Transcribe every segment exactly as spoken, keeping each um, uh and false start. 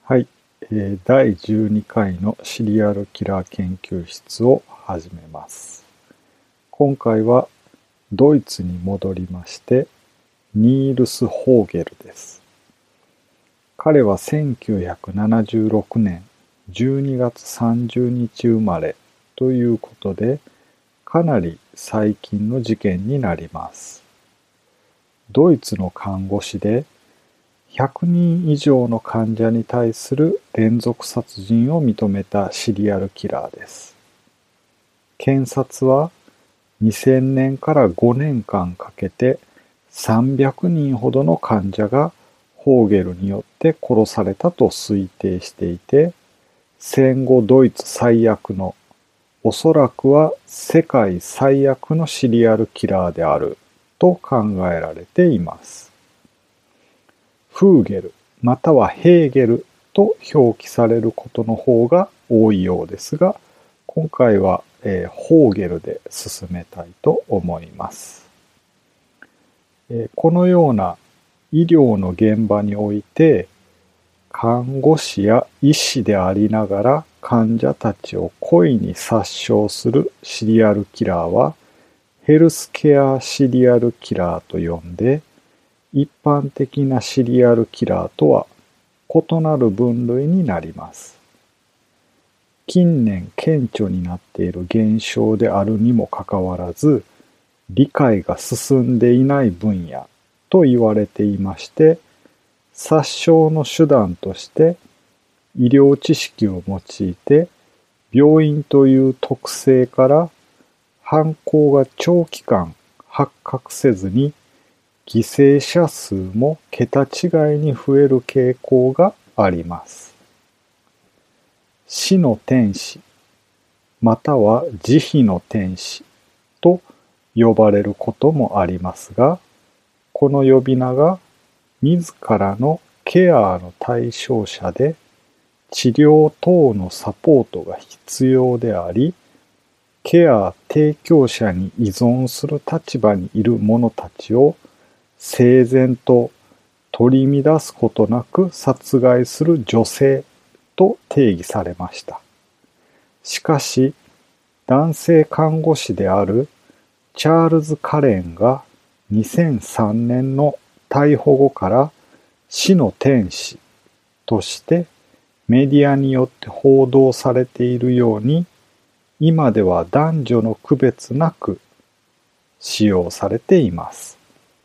はい、えーだいじゅうにかいのシリアルキラー研究室を始めます。今回はドイツに戻りまして、ニールス・ホーゲルです。彼はせんきゅうひゃくななじゅうろくねんじゅうにがつさんじゅうにち生まれということで、かなり最近の事件になります。ドイツの看護師で、ひゃくにん以上の患者に対する連続殺人を認めたシリアルキラーです。検察はにせんねんからごねんかんかけてさんびゃくにんほどの患者がホーゲルによって殺されたと推定していて、戦後ドイツ最悪の、おそらくは世界最悪のシリアルキラーであると考えられています。フーゲルまたはヘーゲルと表記されることの方が多いようですが、今回は、えー、ホーゲルで進めたいと思います。えー、このような医療の現場において、看護師や医師でありながら患者たちを故意に殺傷するシリアルキラーは、ヘルスケアシリアルキラーと呼んで、一般的なシリアルキラーとは異なる分類になります。近年顕著になっている現象であるにもかかわらず、理解が進んでいない分野と言われていまして、殺傷の手段として医療知識を用いて、病院という特性から犯行が長期間発覚せずに、犠牲者数も桁違いに増える傾向があります。死の天使、または慈悲の天使と呼ばれることもありますが、この呼び名が自らのケアの対象者で、治療等のサポートが必要であり、ケア提供者に依存する立場にいる者たちを整然と取り乱すことなく殺害する女性と定義されました。しかし、男性看護師であるチャールズ・カレンがにせんさんねんの逮捕後から死の天使としてメディアによって報道されているように、今では男女の区別なく使用されています。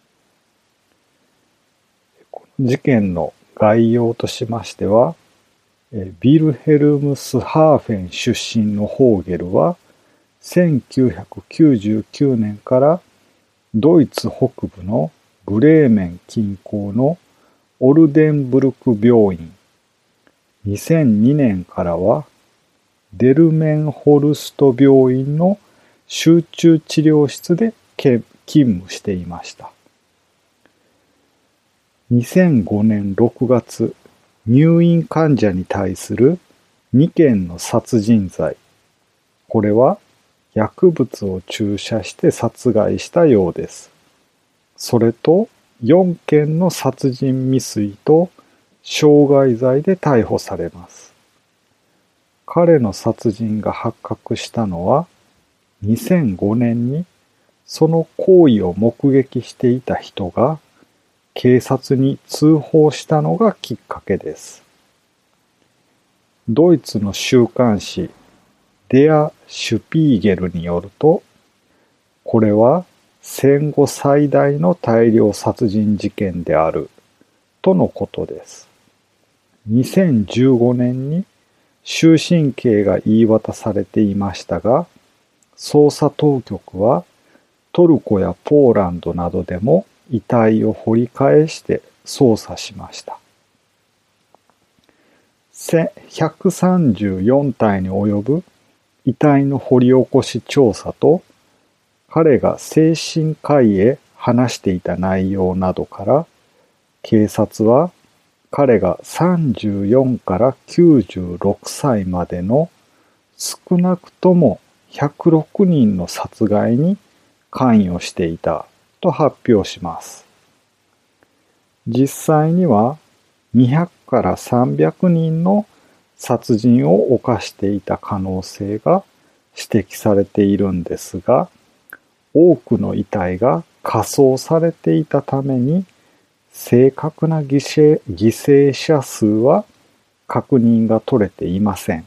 事件の概要としましては、ビルヘルムスハーフェン出身のホーゲルは、せんきゅうひゃくきゅうじゅうきゅうねんからドイツ北部のブレーメン近郊のオルデンブルク病院、にせんにねんからはデルメンホルスト病院の集中治療室で勤務していました。にせんごねんろくがつ、入院患者に対するにけんの殺人罪。これは薬物を注射して殺害したようです。それとよんけんの殺人未遂と傷害罪で逮捕されます。彼の殺人が発覚したのはにせんごねんにその行為を目撃していた人が警察に通報したのがきっかけです。ドイツの週刊誌デア・シュピーゲルによると、これは戦後最大の大量殺人事件であるとのことです。にせんじゅうごねんに終身刑が言い渡されていましたが、捜査当局はトルコやポーランドなどでも遺体を掘り返して捜査しました。ひゃくさんじゅうよんたいに及ぶ遺体の掘り起こし調査と、彼が精神科医へ話していた内容などから、警察は彼がさんじゅうよんからきゅうじゅうろくさいまでの少なくともひゃくろくにんの殺害に関与していたと発表します。実際にはにひゃくからさんびゃくにんの殺人を犯していた可能性が指摘されているんですが、多くの遺体が火葬されていたために、正確な犠牲、犠牲者数は確認が取れていません。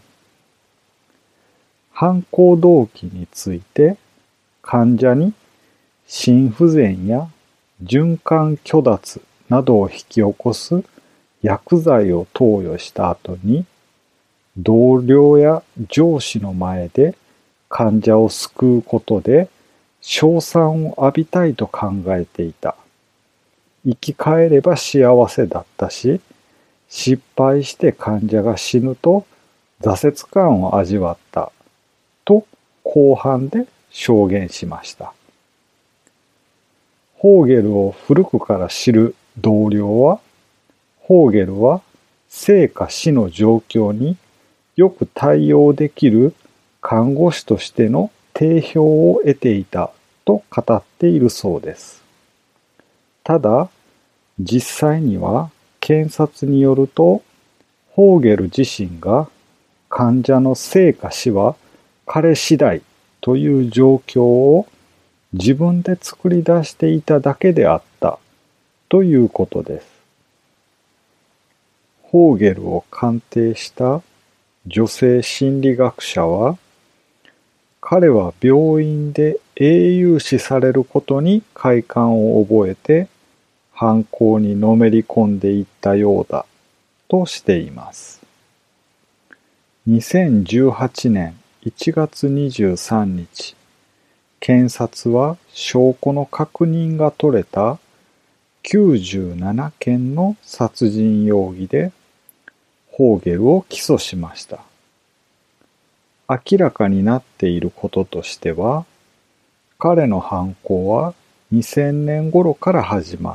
犯行動機について、患者に心不全や循環虚脱などを引き起こす薬剤を投与した後に、同僚や上司の前で患者を救うことで称賛を浴びたいと考えていた。生き返れば幸せだったし、失敗して患者が死ぬと挫折感を味わったと公判で証言しました。ホーゲルを古くから知る同僚は、ホーゲルは生か死の状況によく対応できる看護師としての定評を得ていたと語っているそうです。ただ、実際には検察によると、ホーゲル自身が患者の生か死は彼次第という状況を自分で作り出していただけであったということです。ホーゲルを鑑定した女性心理学者は、彼は病院で英雄視されることに快感を覚えて犯行にのめり込んでいったようだとしています。にせんじゅうはちねんいちがつにじゅうさんにち、検察は証拠の確認が取れたきゅうじゅうななけんの殺人容疑でホーゲルを起訴しました。明らかになっていることとしては、彼の犯行はにせんねん頃から始まって、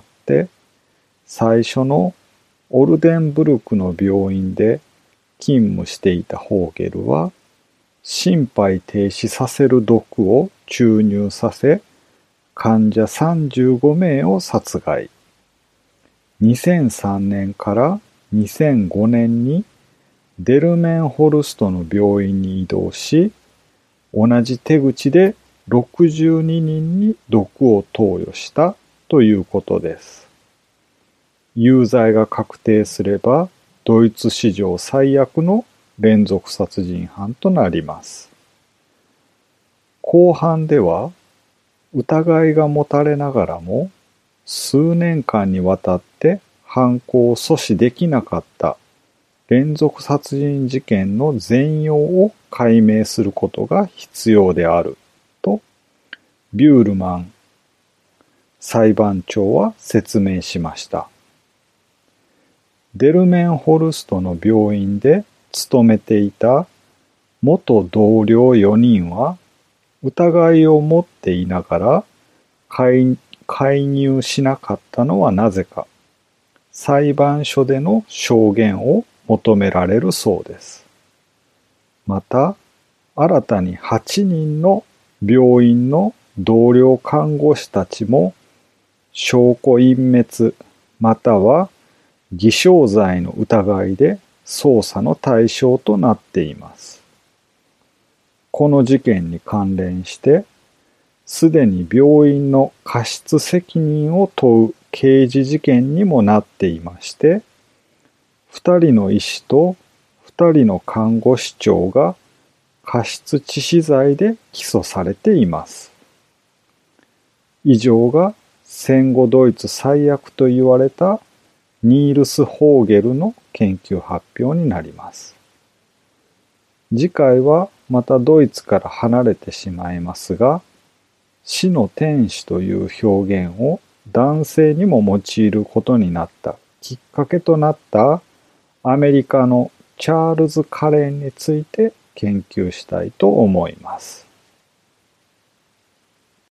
最初のオルデンブルクの病院で勤務していたホーゲルは、心肺停止させる毒を注入させ、患者さんじゅうごめいを殺害。にせんさんねんからにせんごねんにデルメンホルストの病院に移動し、同じ手口でろくじゅうににんに毒を投与したということです。有罪が確定すれば、ドイツ史上最悪の連続殺人犯となります。公判では、疑いが持たれながらも、数年間にわたって犯行を阻止できなかった連続殺人事件の全容を解明することが必要であると、ビュールマン裁判長は説明しました。デルメンホルストの病院で勤めていた元同僚よにんは、疑いを持っていながら介入しなかったのはなぜか、裁判所での証言を求められるそうです。また、新たにはちにんの病院の同僚看護師たちも、証拠隠滅または偽証罪の疑いで捜査の対象となっています。この事件に関連して、すでに病院の過失責任を問う刑事事件にもなっていまして、二人の医師と二人の看護師長が過失致死罪で起訴されています。以上が戦後ドイツ最悪と言われたニールス・ホーゲルの研究発表になります。次回はまたドイツから離れてしまいますが、死の天使という表現を男性にも用いることになったきっかけとなったアメリカのチャールズ・カレンについて研究したいと思います。